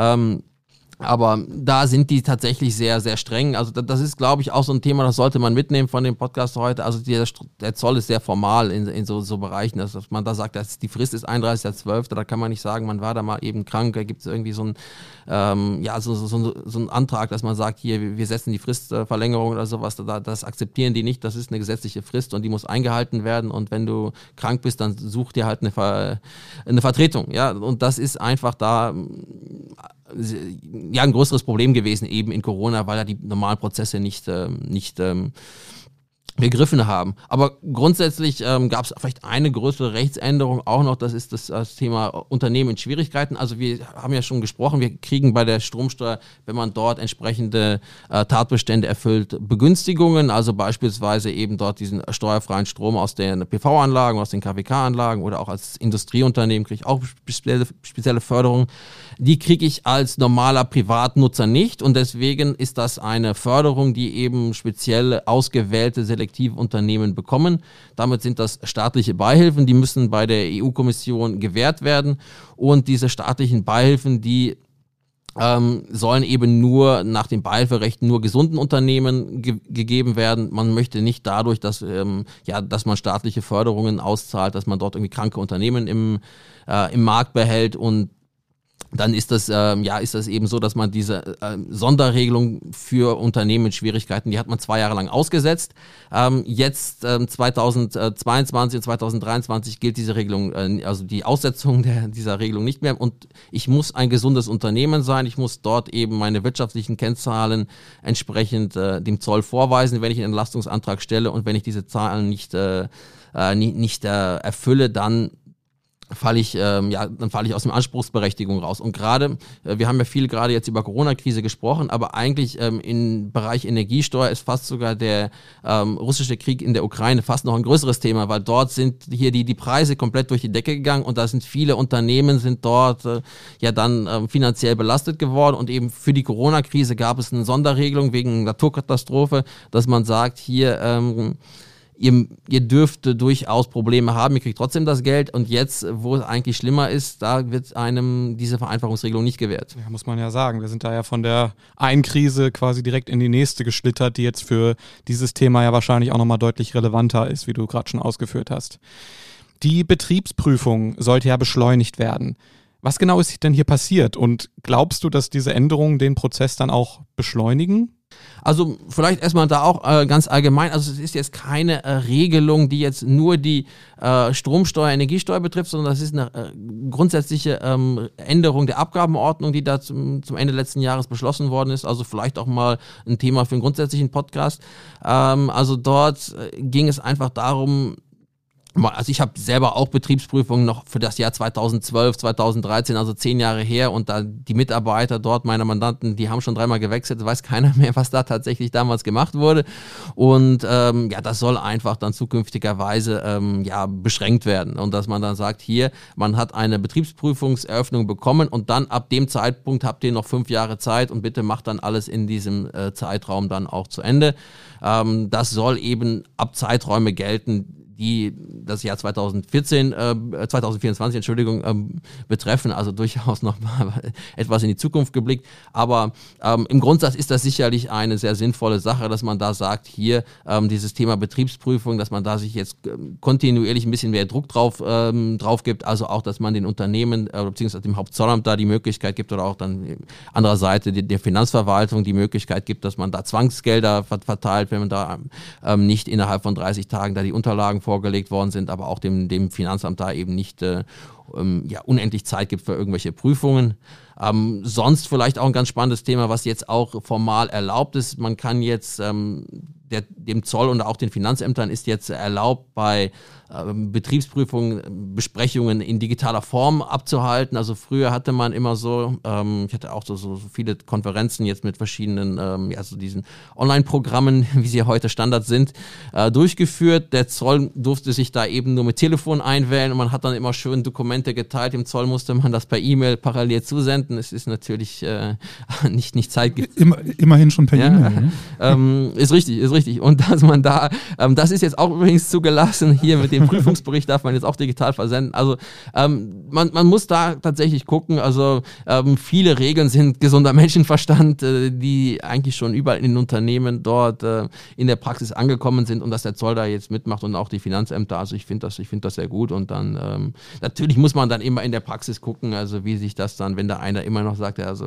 Aber da sind die tatsächlich sehr, sehr streng. Also das ist, glaube ich, auch so ein Thema, das sollte man mitnehmen von dem Podcast heute. Also der Zoll ist sehr formal in so Bereichen, dass man da sagt, die Frist ist 31.12., da kann man nicht sagen, man war da mal eben krank, da gibt es irgendwie so einen Antrag, dass man sagt, hier, wir setzen die Fristverlängerung oder sowas, das akzeptieren die nicht, das ist eine gesetzliche Frist und die muss eingehalten werden, und wenn du krank bist, dann such dir halt eine Vertretung. Ja, und das ist einfach da ein größeres Problem gewesen eben in Corona, weil da die normalen Prozesse nicht begriffen haben. Aber grundsätzlich gab es vielleicht eine größere Rechtsänderung auch noch, das ist das Thema Unternehmen in Schwierigkeiten. Also wir haben ja schon gesprochen, wir kriegen bei der Stromsteuer, wenn man dort entsprechende Tatbestände erfüllt, Begünstigungen, also beispielsweise eben dort diesen steuerfreien Strom aus den PV-Anlagen, aus den KWK-Anlagen, oder auch als Industrieunternehmen kriege ich auch spezielle Förderung. Die kriege ich als normaler Privatnutzer nicht, und deswegen ist das eine Förderung, die eben speziell ausgewählte selektive Unternehmen bekommen. Damit sind das staatliche Beihilfen, die müssen bei der EU-Kommission gewährt werden, und diese staatlichen Beihilfen, die sollen eben nur nach dem Beihilferecht nur gesunden Unternehmen gegeben werden. Man möchte nicht dadurch, dass man staatliche Förderungen auszahlt, dass man dort irgendwie kranke Unternehmen im Markt behält, und dann ist das eben so, dass man diese Sonderregelung für Unternehmen mit Schwierigkeiten, die hat man 2 Jahre lang ausgesetzt. Jetzt 2022 und 2023 gilt diese Regelung, also die Aussetzung dieser Regelung nicht mehr. Und ich muss ein gesundes Unternehmen sein. Ich muss dort eben meine wirtschaftlichen Kennzahlen entsprechend dem Zoll vorweisen, wenn ich einen Entlastungsantrag stelle. Und wenn ich diese Zahlen nicht erfülle, dann falle ich aus der Anspruchsberechtigung raus. Und gerade, wir haben ja viel gerade jetzt über Corona-Krise gesprochen, aber eigentlich im Bereich Energiesteuer ist fast sogar der russische Krieg in der Ukraine fast noch ein größeres Thema, weil dort sind hier die Preise komplett durch die Decke gegangen, und da sind viele Unternehmen sind dort finanziell belastet geworden, und eben für die Corona-Krise gab es eine Sonderregelung wegen Naturkatastrophe, dass man sagt, hier Ihr dürft durchaus Probleme haben, ihr kriegt trotzdem das Geld, und jetzt, wo es eigentlich schlimmer ist, da wird einem diese Vereinfachungsregelung nicht gewährt. Ja, muss man ja sagen. Wir sind da ja von der einen Krise quasi direkt in die nächste geschlittert, die jetzt für dieses Thema ja wahrscheinlich auch nochmal deutlich relevanter ist, wie du gerade schon ausgeführt hast. Die Betriebsprüfung sollte ja beschleunigt werden. Was genau ist denn hier passiert, und glaubst du, dass diese Änderungen den Prozess dann auch beschleunigen? Also vielleicht erstmal da auch ganz allgemein, also es ist jetzt keine Regelung, die jetzt nur die Stromsteuer, Energiesteuer betrifft, sondern das ist eine grundsätzliche Änderung der Abgabenordnung, die da zum Ende letzten Jahres beschlossen worden ist, also vielleicht auch mal ein Thema für einen grundsätzlichen Podcast. Also dort ging es einfach darum, also ich habe selber auch Betriebsprüfungen noch für das Jahr 2012, 2013, also 10 Jahre her, und da die Mitarbeiter dort, meine Mandanten, die haben schon 3-mal gewechselt, weiß keiner mehr, was da tatsächlich damals gemacht wurde, und das soll einfach dann zukünftigerweise beschränkt werden, und dass man dann sagt, hier, man hat eine Betriebsprüfungseröffnung bekommen, und dann ab dem Zeitpunkt habt ihr noch 5 Jahre Zeit, und bitte macht dann alles in diesem Zeitraum dann auch zu Ende. Das soll eben ab Zeiträume gelten, die das Jahr 2024 betreffen, also durchaus noch mal etwas in die Zukunft geblickt. Aber im Grundsatz ist das sicherlich eine sehr sinnvolle Sache, dass man da sagt, hier dieses Thema Betriebsprüfung, dass man da sich jetzt kontinuierlich ein bisschen mehr Druck drauf gibt, also auch, dass man den Unternehmen beziehungsweise dem Hauptzollamt da die Möglichkeit gibt, oder auch dann andererseits der Finanzverwaltung die Möglichkeit gibt, dass man da Zwangsgelder verteilt, wenn man da nicht innerhalb von 30 Tagen da die Unterlagen vorgelegt worden sind, aber auch dem Finanzamt da eben nicht unendlich Zeit gibt für irgendwelche Prüfungen. Sonst vielleicht auch ein ganz spannendes Thema, was jetzt auch formal erlaubt ist. Man kann jetzt dem Zoll und auch den Finanzämtern ist jetzt erlaubt, bei Betriebsprüfungen, Besprechungen in digitaler Form abzuhalten. Also früher hatte man immer so, ich hatte auch so viele Konferenzen jetzt mit verschiedenen, so diesen Online-Programmen, wie sie heute Standard sind, durchgeführt. Der Zoll durfte sich da eben nur mit Telefon einwählen, und man hat dann immer schön Dokumente geteilt. Im Zoll musste man das per E-Mail parallel zusenden. Es ist natürlich nicht zeitgemäß. Immerhin schon per E-Mail. Ne? Ist richtig. Und dass man da, das ist jetzt auch übrigens zugelassen, hier mit dem Prüfungsbericht darf man jetzt auch digital versenden. Also man muss da tatsächlich gucken, also viele Regeln sind gesunder Menschenverstand, die eigentlich schon überall in den Unternehmen dort in der Praxis angekommen sind, und dass der Zoll da jetzt mitmacht und auch die Finanzämter, also ich finde das sehr gut, und dann natürlich muss man dann immer in der Praxis gucken, also wie sich das dann, wenn da einer immer noch sagt, also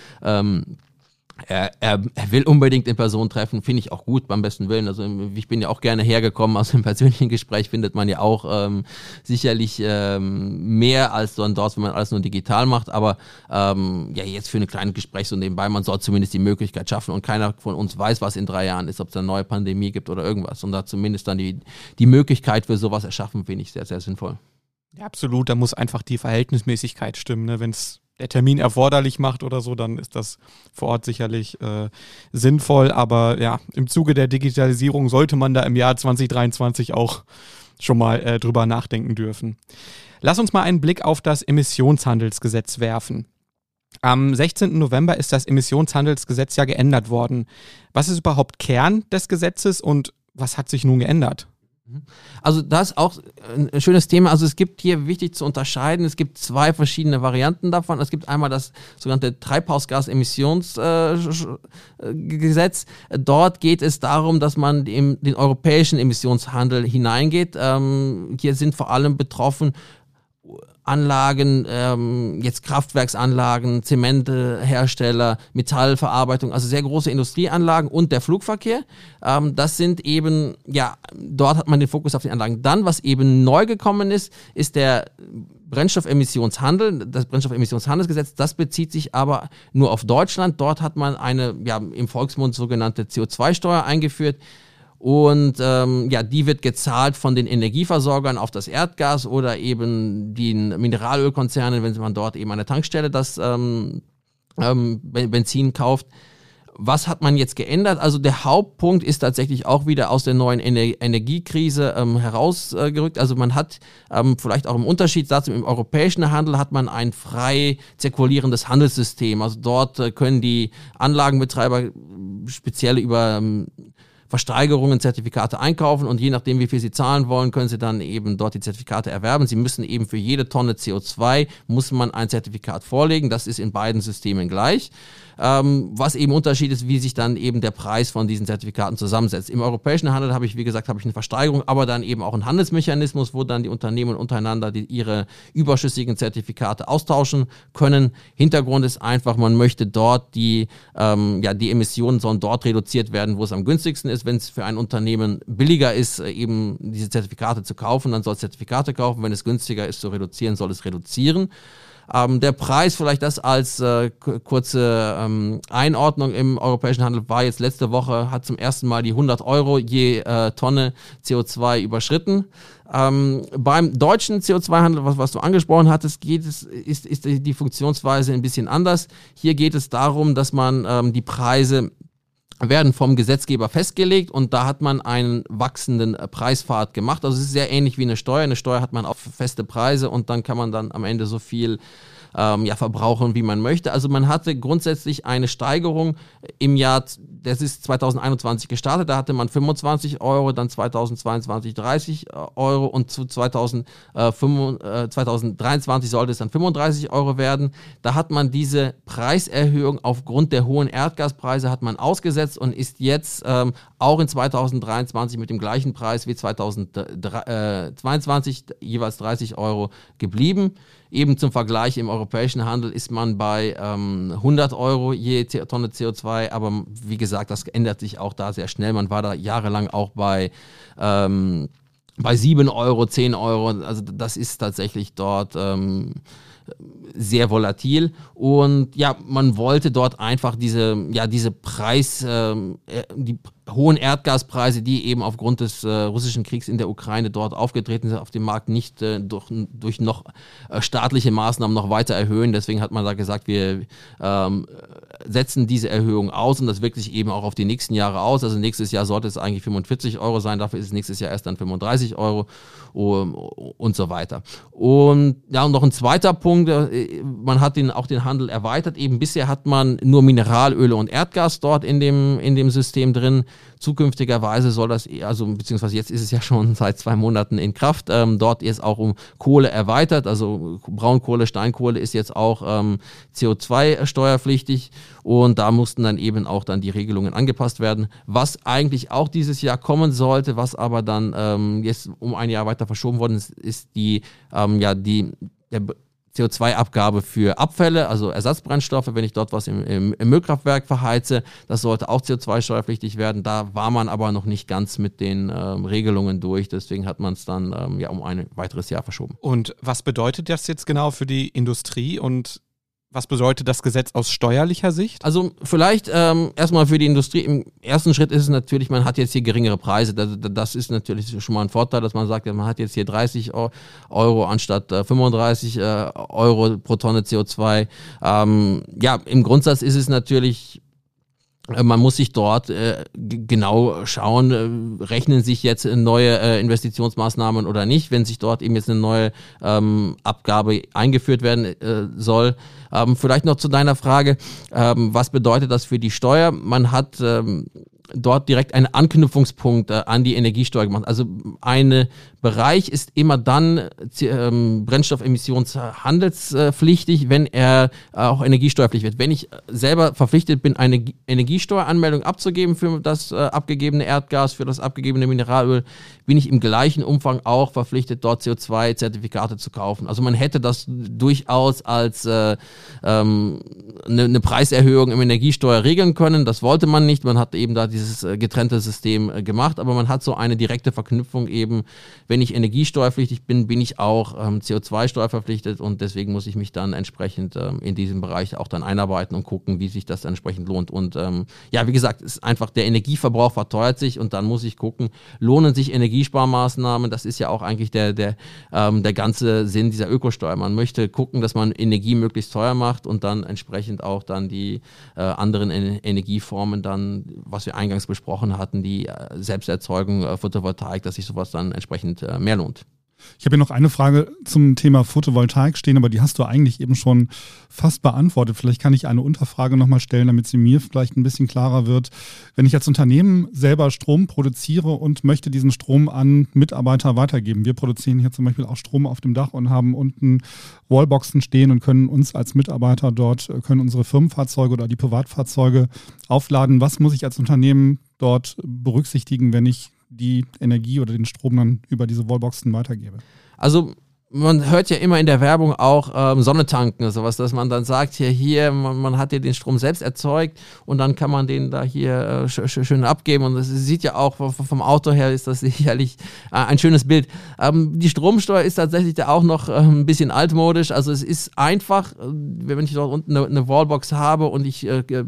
er will unbedingt in Person treffen, finde ich auch gut, beim besten Willen. Also ich bin ja auch gerne hergekommen, aus dem persönlichen Gespräch findet man ja auch sicherlich mehr als dann dort, wenn man alles nur digital macht, aber jetzt für eine kleine Gesprächs- und nebenbei, man soll zumindest die Möglichkeit schaffen, und keiner von uns weiß, was in 3 Jahren ist, ob es eine neue Pandemie gibt oder irgendwas, und da zumindest dann die Möglichkeit für sowas erschaffen, finde ich sehr, sehr sinnvoll. Ja, absolut, da muss einfach die Verhältnismäßigkeit stimmen, ne? Wenn es der Termin erforderlich macht oder so, dann ist das vor Ort sicherlich sinnvoll. Aber ja, im Zuge der Digitalisierung sollte man da im Jahr 2023 auch schon mal drüber nachdenken dürfen. Lass uns mal einen Blick auf das Emissionshandelsgesetz werfen. Am 16. November ist das Emissionshandelsgesetz ja geändert worden. Was ist überhaupt Kern des Gesetzes und was hat sich nun geändert? Also das ist auch ein schönes Thema. Also es gibt hier wichtig zu unterscheiden, es gibt zwei verschiedene Varianten davon. Es gibt einmal das sogenannte Treibhausgasemissionsgesetz. Dort geht es darum, dass man in den europäischen Emissionshandel hineingeht. Hier sind vor allem betroffen Anlagen, jetzt Kraftwerksanlagen, Zementhersteller, Metallverarbeitung, also sehr große Industrieanlagen und der Flugverkehr. Das sind eben, ja, dort hat man den Fokus auf die Anlagen. Dann, was eben neu gekommen ist der Brennstoffemissionshandel, das Brennstoffemissionshandelsgesetz. Das bezieht sich aber nur auf Deutschland. Dort hat man eine, ja, im Volksmund sogenannte CO2-Steuer eingeführt. Und die wird gezahlt von den Energieversorgern auf das Erdgas oder eben den Mineralölkonzernen, wenn man dort eben an der Tankstelle das Benzin kauft. Was hat man jetzt geändert? Also der Hauptpunkt ist tatsächlich auch wieder aus der neuen Energiekrise herausgerückt. Also man hat vielleicht auch im Unterschied dazu, im europäischen Handel hat man ein frei zirkulierendes Handelssystem. Also dort können die Anlagenbetreiber speziell über Versteigerungen, Zertifikate einkaufen und je nachdem, wie viel sie zahlen wollen, können sie dann eben dort die Zertifikate erwerben. Sie müssen eben für jede Tonne CO2 muss man ein Zertifikat vorlegen. Das ist in beiden Systemen gleich. Was eben Unterschied ist, wie sich dann eben der Preis von diesen Zertifikaten zusammensetzt. Im europäischen Handel habe ich eine Versteigerung, aber dann eben auch einen Handelsmechanismus, wo dann die Unternehmen untereinander ihre überschüssigen Zertifikate austauschen können. Hintergrund ist einfach, man möchte dort die Emissionen sollen dort reduziert werden, wo es am günstigsten ist. Wenn es für ein Unternehmen billiger ist, eben diese Zertifikate zu kaufen, dann soll es Zertifikate kaufen. Wenn es günstiger ist zu reduzieren, soll es reduzieren. Der Preis, vielleicht das als kurze Einordnung im europäischen Handel, war jetzt letzte Woche, hat zum ersten Mal die 100 Euro je Tonne CO2 überschritten. Beim deutschen CO2-Handel, was du angesprochen hattest, ist die Funktionsweise ein bisschen anders. Hier geht es darum, dass man die Preise werden vom Gesetzgeber festgelegt und da hat man einen wachsenden Preispfad gemacht. Also es ist sehr ähnlich wie eine Steuer. Eine Steuer hat man auf feste Preise und dann kann man dann am Ende so viel verbrauchen, wie man möchte. Also man hatte grundsätzlich eine Steigerung im Jahr, das ist 2021 gestartet, da hatte man 25 Euro, dann 2022 30 Euro und zu 2023 sollte es dann 35 Euro werden. Da hat man diese Preiserhöhung aufgrund der hohen Erdgaspreise hat man ausgesetzt und ist jetzt auch in 2023 mit dem gleichen Preis wie 2022 jeweils 30 Euro geblieben. Eben zum Vergleich, im europäischen Handel ist man bei 100 Euro je Tonne CO2, aber wie gesagt, das ändert sich auch da sehr schnell. Man war da jahrelang auch bei 7 Euro, 10 Euro, also das ist tatsächlich dort sehr volatil und ja, man wollte dort einfach diese die hohen Erdgaspreise, die eben aufgrund des russischen Kriegs in der Ukraine dort aufgetreten sind, auf dem Markt nicht durch noch staatliche Maßnahmen noch weiter erhöhen. Deswegen hat man da gesagt, wir setzen diese Erhöhung aus und das wirkt sich eben auch auf die nächsten Jahre aus. Also nächstes Jahr sollte es eigentlich 45 Euro sein, dafür ist es nächstes Jahr erst dann 35 Euro und so weiter. Und ja, und noch ein zweiter Punkt, man hat auch den Handel erweitert. Eben bisher hat man nur Mineralöle und Erdgas dort in dem System drin. Zukünftigerweise soll das, also beziehungsweise jetzt ist es ja schon seit 2 Monaten in Kraft, dort ist auch um Kohle erweitert, also Braunkohle, Steinkohle ist jetzt auch CO2-steuerpflichtig und da mussten dann eben auch dann die Regelungen angepasst werden, was eigentlich auch dieses Jahr kommen sollte, was aber dann jetzt um ein Jahr weiter verschoben worden ist der CO2-Abgabe für Abfälle, also Ersatzbrennstoffe, wenn ich dort was im Müllkraftwerk verheize, das sollte auch CO2-steuerpflichtig werden. Da war man aber noch nicht ganz mit den Regelungen durch, deswegen hat man es dann um ein weiteres Jahr verschoben. Und was bedeutet das jetzt genau für die Industrie und was bedeutet das Gesetz aus steuerlicher Sicht? Also vielleicht erstmal für die Industrie. Im ersten Schritt ist es natürlich, man hat jetzt hier geringere Preise. Das ist natürlich schon mal ein Vorteil, dass man sagt, man hat jetzt hier 30 Euro anstatt 35 Euro pro Tonne CO2. Im Grundsatz ist es natürlich, man muss sich dort genau schauen, rechnen sich jetzt neue Investitionsmaßnahmen oder nicht, wenn sich dort eben jetzt eine neue Abgabe eingeführt werden soll. Vielleicht noch zu deiner Frage, was bedeutet das für die Steuer? Man hat dort direkt einen Anknüpfungspunkt an die Energiesteuer gemacht. Also ein Bereich ist immer dann brennstoffemissionshandelspflichtig, wenn er auch energiesteuerpflichtig wird. Wenn ich selber verpflichtet bin, eine Energiesteueranmeldung abzugeben für das abgegebene Erdgas, für das abgegebene Mineralöl, bin ich im gleichen Umfang auch verpflichtet, dort CO2-Zertifikate zu kaufen. Also man hätte das durchaus als eine Preiserhöhung im Energiesteuer regeln können. Das wollte man nicht. Man hat eben da dieses getrennte System gemacht, aber man hat so eine direkte Verknüpfung eben, wenn ich energiesteuerpflichtig bin, bin ich auch CO2-Steuer verpflichtet und deswegen muss ich mich dann entsprechend in diesem Bereich auch dann einarbeiten und gucken, wie sich das entsprechend lohnt. Und wie gesagt, es ist einfach, der Energieverbrauch verteuert sich und dann muss ich gucken, lohnen sich Energiesparmaßnahmen? Das ist ja auch eigentlich der ganze Sinn dieser Ökosteuer. Man möchte gucken, dass man Energie möglichst teuer macht und dann entsprechend auch dann die anderen Energieformen dann, was wir eingangs besprochen hatten, die Selbsterzeugung, Photovoltaik, dass sich sowas dann entsprechend mehr lohnt. Ich habe hier noch eine Frage zum Thema Photovoltaik stehen, aber die hast du eigentlich eben schon fast beantwortet. Vielleicht kann ich eine Unterfrage nochmal stellen, damit sie mir vielleicht ein bisschen klarer wird. Wenn ich als Unternehmen selber Strom produziere und möchte diesen Strom an Mitarbeiter weitergeben. Wir produzieren hier zum Beispiel auch Strom auf dem Dach und haben unten Wallboxen stehen und können uns als Mitarbeiter dort, können unsere Firmenfahrzeuge oder die Privatfahrzeuge aufladen. Was muss ich als Unternehmen dort berücksichtigen, wenn ich die Energie oder den Strom dann über diese Wallboxen weitergebe? Also man hört ja immer in der Werbung auch Sonne tanken oder sowas, dass man dann sagt, man hat ja den Strom selbst erzeugt und dann kann man den da hier schön abgeben und das sieht ja auch vom Auto her ist das sicherlich ein schönes Bild. Die Stromsteuer ist tatsächlich da auch noch ein bisschen altmodisch, also es ist einfach, wenn ich dort unten eine Wallbox habe und ich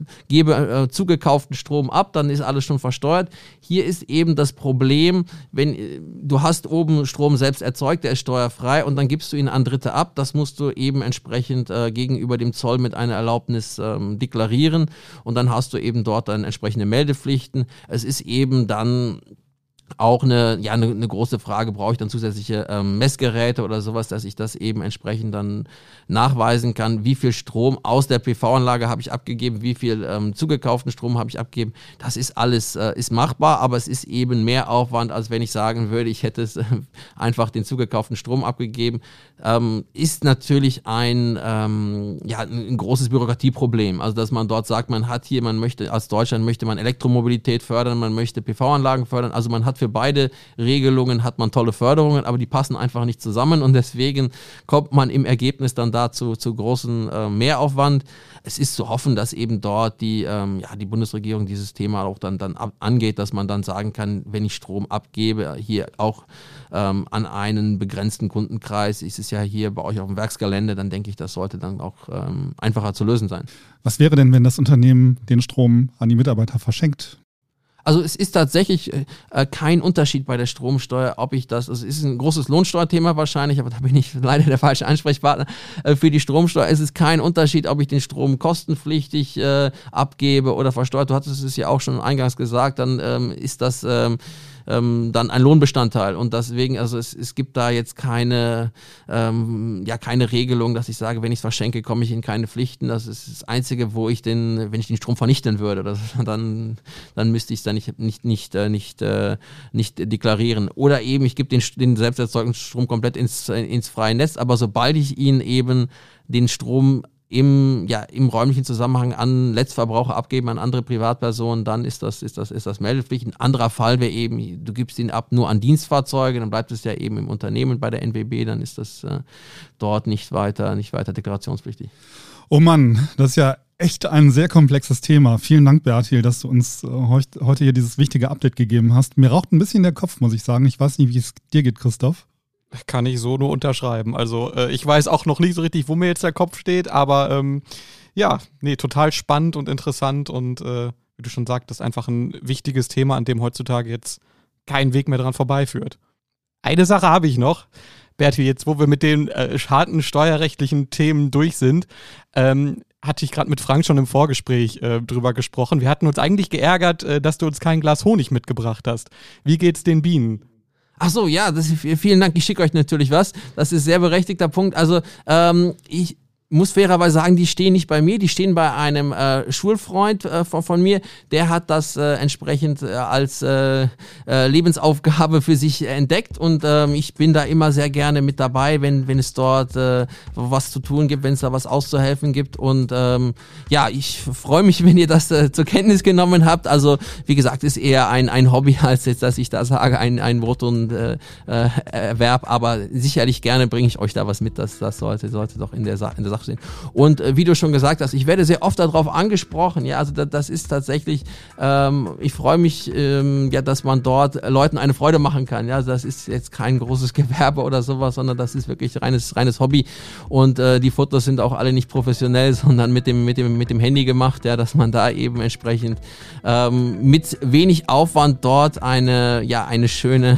gebe zugekauften Strom ab, dann ist alles schon versteuert. Hier ist eben das Problem, wenn du hast oben Strom selbst erzeugt, der ist steuerfrei und dann gibst du ihn an Dritte ab. Das musst du eben entsprechend gegenüber dem Zoll mit einer Erlaubnis deklarieren und dann hast du eben dort dann entsprechende Meldepflichten. Es ist eben dann auch eine große Frage, brauche ich dann zusätzliche Messgeräte oder sowas, dass ich das eben entsprechend dann nachweisen kann, wie viel Strom aus der PV-Anlage habe ich abgegeben, wie viel zugekauften Strom habe ich abgegeben. Das ist alles ist machbar, aber es ist eben mehr Aufwand, als wenn ich sagen würde, ich hätte es einfach den zugekauften Strom abgegeben. Ist natürlich ein großes Bürokratieproblem. Also dass man dort sagt, aus Deutschland möchte man Elektromobilität fördern, man möchte PV-Anlagen fördern, also man hat für beide Regelungen hat man tolle Förderungen, aber die passen einfach nicht zusammen und deswegen kommt man im Ergebnis dann dazu zu großen Mehraufwand. Es ist zu hoffen, dass eben dort die Bundesregierung dieses Thema auch dann angeht, dass man dann sagen kann, wenn ich Strom abgebe, hier auch an einen begrenzten Kundenkreis, ist es ja hier bei euch auf dem Werksgelände, dann denke ich, das sollte dann auch einfacher zu lösen sein. Was wäre denn, wenn das Unternehmen den Strom an die Mitarbeiter verschenkt? Also es ist tatsächlich kein Unterschied bei der Stromsteuer, es ist ein großes Lohnsteuerthema wahrscheinlich, aber da bin ich leider der falsche Ansprechpartner für die Stromsteuer. Es ist kein Unterschied, ob ich den Strom kostenpflichtig abgebe oder versteuert. Du hattest es ja auch schon eingangs gesagt, dann ist das dann ein Lohnbestandteil und deswegen, also es gibt da jetzt keine Regelung, dass ich sage, wenn ich es verschenke, komme ich in keine Pflichten. Das ist das Einzige, wenn ich den Strom vernichten würde, dann müsste ich es dann nicht deklarieren. Oder eben, ich gebe den selbst erzeugten Strom komplett ins freie Netz, aber sobald ich ihn eben den Strom im räumlichen Zusammenhang an Letztverbraucher abgeben, an andere Privatpersonen, dann ist das Meldepflicht. Ein anderer Fall wäre eben, du gibst ihn ab nur an Dienstfahrzeuge, dann bleibt es ja eben im Unternehmen bei der NWB, dann ist das dort nicht weiter deklarationspflichtig. Oh Mann, das ist ja echt ein sehr komplexes Thema. Vielen Dank, Bertil, dass du uns heute hier dieses wichtige Update gegeben hast. Mir raucht ein bisschen der Kopf, muss ich sagen. Ich weiß nicht, wie es dir geht, Christoph. Kann ich so nur unterschreiben. Also ich weiß auch noch nicht so richtig, wo mir jetzt der Kopf steht, aber total spannend und interessant und wie du schon sagtest, einfach ein wichtiges Thema, an dem heutzutage jetzt kein Weg mehr dran vorbeiführt. Eine Sache habe ich noch, Bertil, jetzt wo wir mit den harten steuerrechtlichen Themen durch sind, hatte ich gerade mit Frank schon im Vorgespräch drüber gesprochen. Wir hatten uns eigentlich geärgert, dass du uns kein Glas Honig mitgebracht hast. Wie geht's den Bienen? Ach so, ja, vielen Dank. Ich schicke euch natürlich was. Das ist ein sehr berechtigter Punkt. Also muss fairerweise sagen, die stehen nicht bei mir, die stehen bei einem Schulfreund von mir, der hat das entsprechend als Lebensaufgabe für sich entdeckt und ich bin da immer sehr gerne mit dabei, wenn es dort was zu tun gibt, wenn es da was auszuhelfen gibt und ich freue mich, wenn ihr das zur Kenntnis genommen habt. Also wie gesagt, ist eher ein Hobby, als jetzt, dass ich da sage, ein Brot und Erwerb, aber sicherlich gerne bringe ich euch da was mit, das sollte doch in der Sache sehen. Und wie du schon gesagt hast, ich werde sehr oft darauf angesprochen, ja, also das ist tatsächlich, ich freue mich, dass man dort Leuten eine Freude machen kann, ja, also das ist jetzt kein großes Gewerbe oder sowas, sondern das ist wirklich reines Hobby und die Fotos sind auch alle nicht professionell, sondern mit dem Handy gemacht, ja, dass man da eben entsprechend mit wenig Aufwand dort eine schöne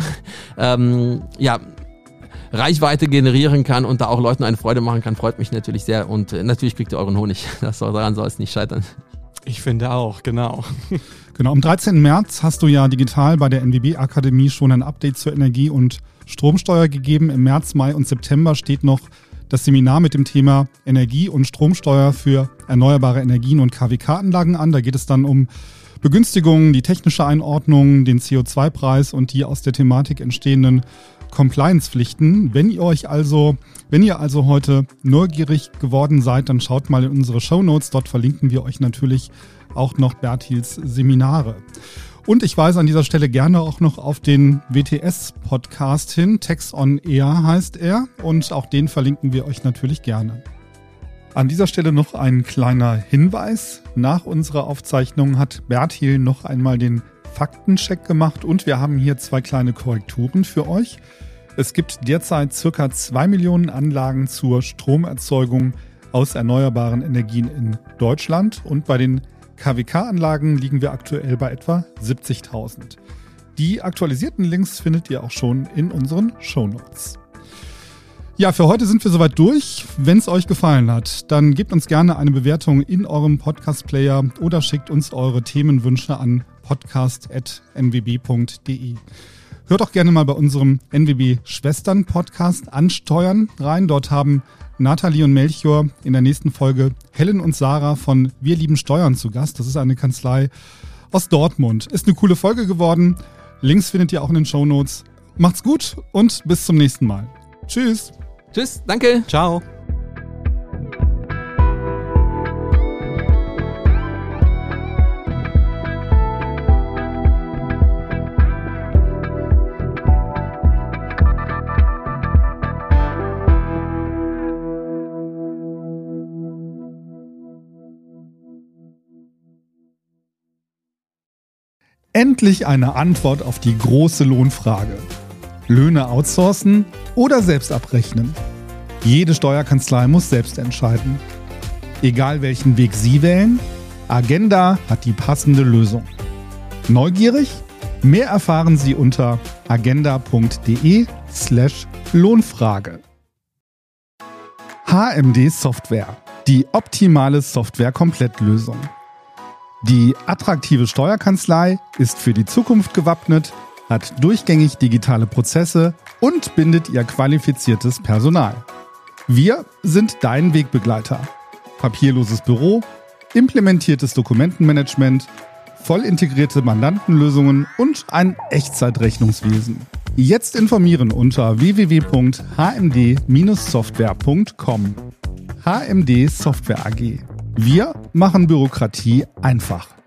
Reichweite generieren kann und da auch Leuten eine Freude machen kann, freut mich natürlich sehr und natürlich kriegt ihr euren Honig. Daran soll es nicht scheitern. Ich finde auch, genau. Genau, am 13. März hast du ja digital bei der NWB-Akademie schon ein Update zur Energie- und Stromsteuer gegeben. Im März, Mai und September steht noch das Seminar mit dem Thema Energie- und Stromsteuer für erneuerbare Energien und KWK-Anlagen an. Da geht es dann um Begünstigungen, die technische Einordnung, den CO2-Preis und die aus der Thematik entstehenden Compliance-Pflichten. Wenn ihr also heute neugierig geworden seid, dann schaut mal in unsere Shownotes. Dort verlinken wir euch natürlich auch noch Berthils Seminare. Und ich weise an dieser Stelle gerne auch noch auf den WTS-Podcast hin. Text on Air heißt er und auch den verlinken wir euch natürlich gerne. An dieser Stelle noch ein kleiner Hinweis. Nach unserer Aufzeichnung hat Berthil noch einmal den Faktencheck gemacht und wir haben hier 2 kleine Korrekturen für euch. Es gibt derzeit ca. 2 Millionen Anlagen zur Stromerzeugung aus erneuerbaren Energien in Deutschland und bei den KWK-Anlagen liegen wir aktuell bei etwa 70.000. Die aktualisierten Links findet ihr auch schon in unseren Shownotes. Ja, für heute sind wir soweit durch. Wenn es euch gefallen hat, dann gebt uns gerne eine Bewertung in eurem Podcast-Player oder schickt uns eure Themenwünsche an podcast@nwb.de. Hört auch gerne mal bei unserem NWB-Schwestern-Podcast Ansteuern rein. Dort haben Nathalie und Melchior in der nächsten Folge Helen und Sarah von Wir lieben Steuern zu Gast. Das ist eine Kanzlei aus Dortmund. Ist eine coole Folge geworden. Links findet ihr auch in den Shownotes. Macht's gut und bis zum nächsten Mal. Tschüss. Tschüss, danke. Ciao. Endlich eine Antwort auf die große Lohnfrage. Löhne outsourcen oder selbst abrechnen? Jede Steuerkanzlei muss selbst entscheiden. Egal welchen Weg Sie wählen, Agenda hat die passende Lösung. Neugierig? Mehr erfahren Sie unter agenda.de/Lohnfrage. HMD Software, die optimale Software-Komplettlösung. Die attraktive Steuerkanzlei ist für die Zukunft gewappnet, hat durchgängig digitale Prozesse und bindet ihr qualifiziertes Personal. Wir sind dein Wegbegleiter. Papierloses Büro, implementiertes Dokumentenmanagement, voll integrierte Mandantenlösungen und ein Echtzeitrechnungswesen. Jetzt informieren unter www.hmd-software.com. HMD Software AG. Wir machen Bürokratie einfach.